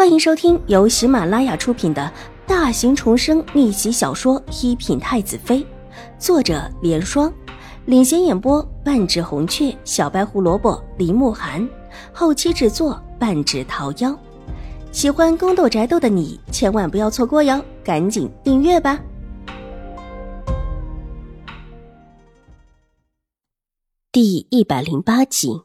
欢迎收听由喜马拉雅出品的大型重生逆袭小说《一品太子妃》，作者莲霜，领衔演播半指红雀、小白胡萝卜、林慕寒，后期制作半指桃夭。喜欢宫斗宅斗的你千万不要错过哟，赶紧订阅吧。第108集。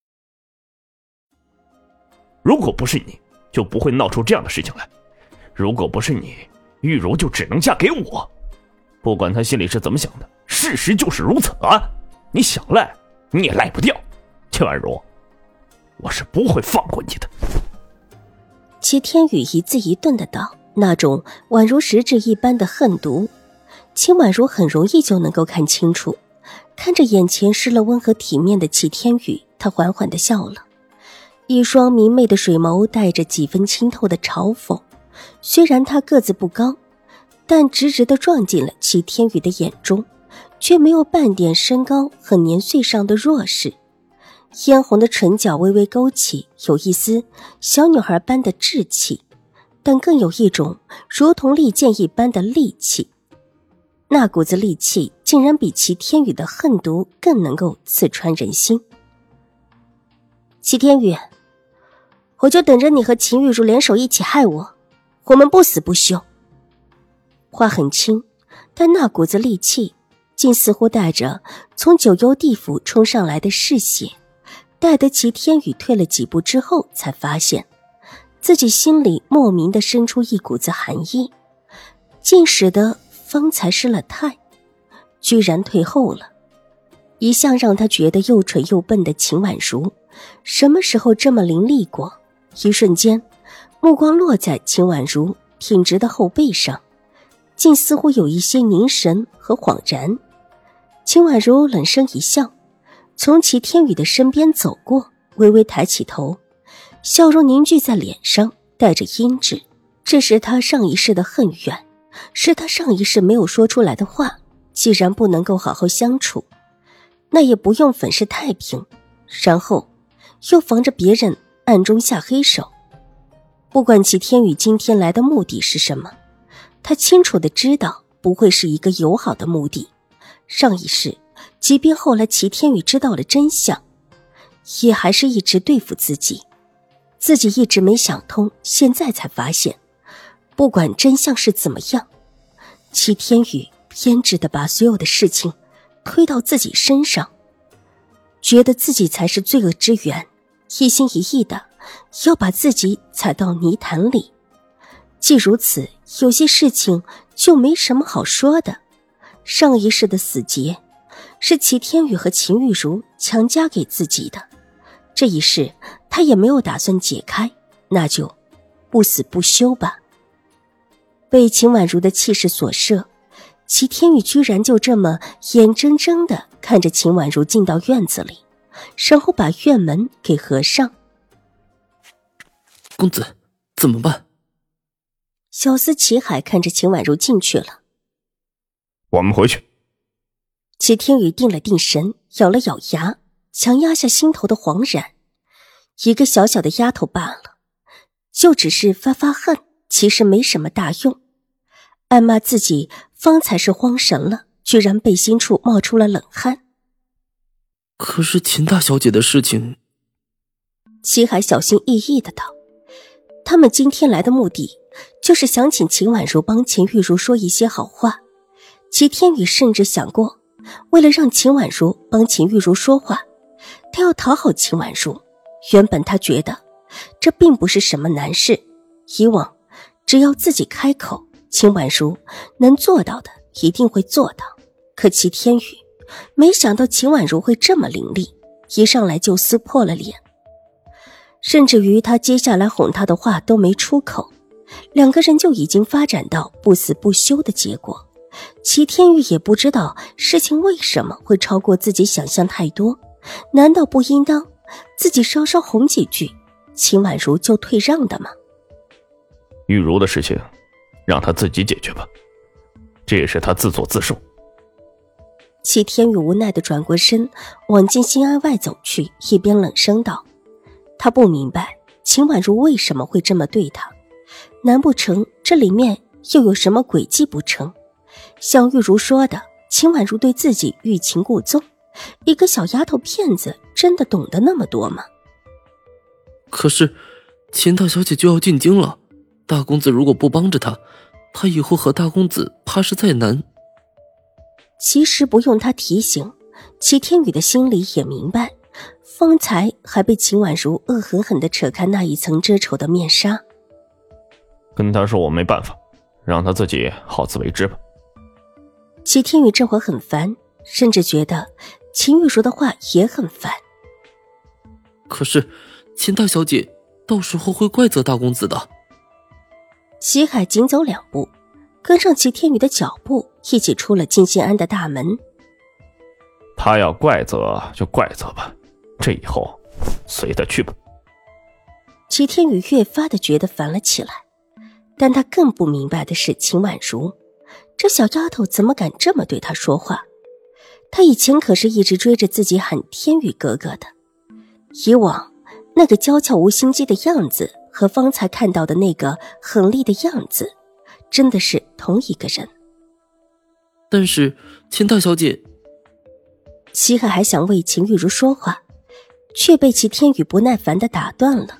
如果不是你，就不会闹出这样的事情来。如果不是你，玉茹就只能嫁给我。不管她心里是怎么想的，事实就是如此啊！你想赖，你也赖不掉。秦婉如，我是不会放过你的。 齐天宇一字一顿的道，那种宛如实质一般的恨毒，秦婉如很容易就能够看清楚。看着眼前湿了温和体面的齐天宇，他缓缓地笑了，一双明媚的水眸带着几分清透的嘲讽。虽然他个子不高，但直直地撞进了齐天宇的眼中，却没有半点身高和年岁上的弱势。嫣红的唇角微微勾起，有一丝小女孩般的稚气，但更有一种如同利剑一般的戾气。那股子戾气竟然比齐天宇的恨毒更能够刺穿人心。齐天宇，我就等着你和秦玉茹联手一起害我，我们不死不休。话很轻，但那股子戾气竟似乎带着从九幽地府冲上来的嗜血，待得齐天宇退了几步之后，才发现自己心里莫名地生出一股子寒意，竟使得方才失了态，居然退后了。一向让他觉得又蠢又笨的秦婉如，什么时候这么伶俐过？一瞬间，目光落在秦婉如挺直的后背上，竟似乎有一些凝神和恍然。秦婉如冷声一笑，从齐天宇的身边走过，微微抬起头，笑容凝聚在脸上，带着阴鸷。这是他上一世的恨怨，是他上一世没有说出来的话。既然不能够好好相处，那也不用粉饰太平，然后又防着别人暗中下黑手。不管齐天宇今天来的目的是什么，他清楚地知道不会是一个友好的目的。上一世即便后来齐天宇知道了真相，也还是一直对付自己。自己一直没想通，现在才发现，不管真相是怎么样，齐天宇偏执地把所有的事情推到自己身上，觉得自己才是罪恶之源，一心一意的要把自己踩到泥潭里。既如此，有些事情就没什么好说的。上一世的死结是齐天宇和秦玉茹强加给自己的，这一世他也没有打算解开，那就不死不休吧。被秦婉如的气势所慑，齐天宇居然就这么眼睁睁地看着秦婉如进到院子里，然后把院门给合上。 公子，怎么办？ 小厮齐海看着秦婉如进去了。 我们回去。 齐天宇定了定神，咬了咬牙，强压下心头的惶然。一个小小的丫头罢了，就只是发恨，其实没什么大用。暗骂自己方才是慌神了，居然背心处冒出了冷汗。 可是秦大小姐的事情…… 齐海小心翼翼的道，他们今天来的目的就是想请秦婉如帮秦玉茹说一些好话。齐天宇甚至想过，为了让秦婉如帮秦玉茹说话，他要讨好秦婉如。原本他觉得这并不是什么难事，以往只要自己开口，秦婉如能做到的一定会做到。可齐天宇没想到秦婉如会这么伶俐，一上来就撕破了脸。甚至于他接下来哄他的话都没出口，两个人就已经发展到不死不休的结果。齐天宇也不知道事情为什么会超过自己想象太多，难道不应当自己稍稍哄几句，秦婉如就退让的吗？ 玉茹的事情让他自己解决吧，这也是他自作自受。 齐天宇无奈地转过身往静心庵外走去，一边冷声道，他不明白秦婉如为什么会这么对他？难不成这里面又有什么诡计不成？像玉如说的，秦婉如对自己欲擒故纵，一个小丫头片子真的懂得那么多吗？ 可是秦大小姐就要进京了，大公子如果不帮着她以后和大公子怕是再难。 其实不用他提醒，齐天宇的心里也明白，方才还被秦婉如恶狠狠地扯开那一层遮丑的面纱。 跟他说我没办法，让他自己好自为之吧。 齐天宇这会很烦，甚至觉得秦玉茹的话也很烦。 可是秦大小姐到时候会怪责大公子的。 齐海紧走2步，跟上齐天宇的脚步，一起出了静心庵的大门。 他要怪责就怪责吧，这以后随他去吧。 齐天宇越发的觉得烦了起来，但他更不明白的是秦婉如，这小丫头怎么敢这么对他说话？他以前可是一直追着自己喊天宇哥哥的，以往那个娇俏无心机的样子和方才看到的那个狠厉的样子真的是同一个人。 但是秦大小姐， 齐海还想为秦玉茹说话，却被齐天宇不耐烦地打断了。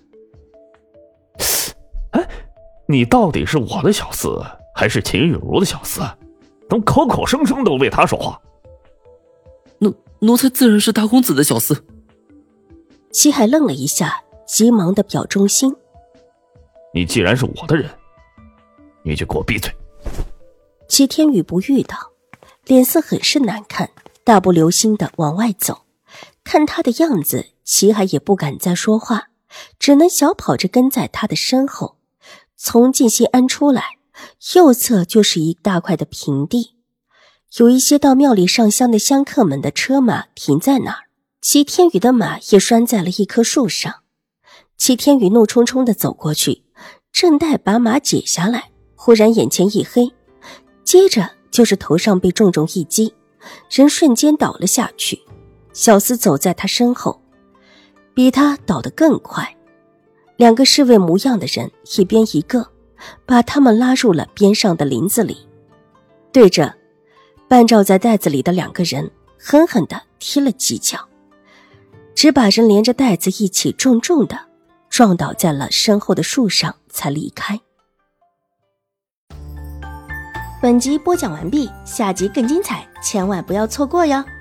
哎，你到底是我的小厮还是秦玉茹的小厮？怎么口口声声都为他说话？ 奴才自然是大公子的小厮。 齐海愣了一下，急忙地表忠心。 你既然是我的人，你就给我闭嘴。 齐天宇不遇到，脸色很是难看，大步流星地往外走。看他的样子，齐海也不敢再说话，只能小跑着跟在他的身后。从静心庵出来，右侧就是一大块的平地，有一些到庙里上香的香客们的车马停在那儿，齐天宇的马也拴在了一棵树上。齐天宇怒冲冲地走过去，正待把马解下来，忽然眼前一黑，接着就是头上被重重一击，人瞬间倒了下去。小厮走在他身后，比他倒得更快。2个侍卫模样的人一边一个，把他们拉入了边上的林子里，对着半罩在袋子里的2个人狠狠地踢了几脚，只把人连着袋子一起重重地撞倒在了身后的树上才离开。 本集播讲完毕，下集更精彩，千万不要错过哟。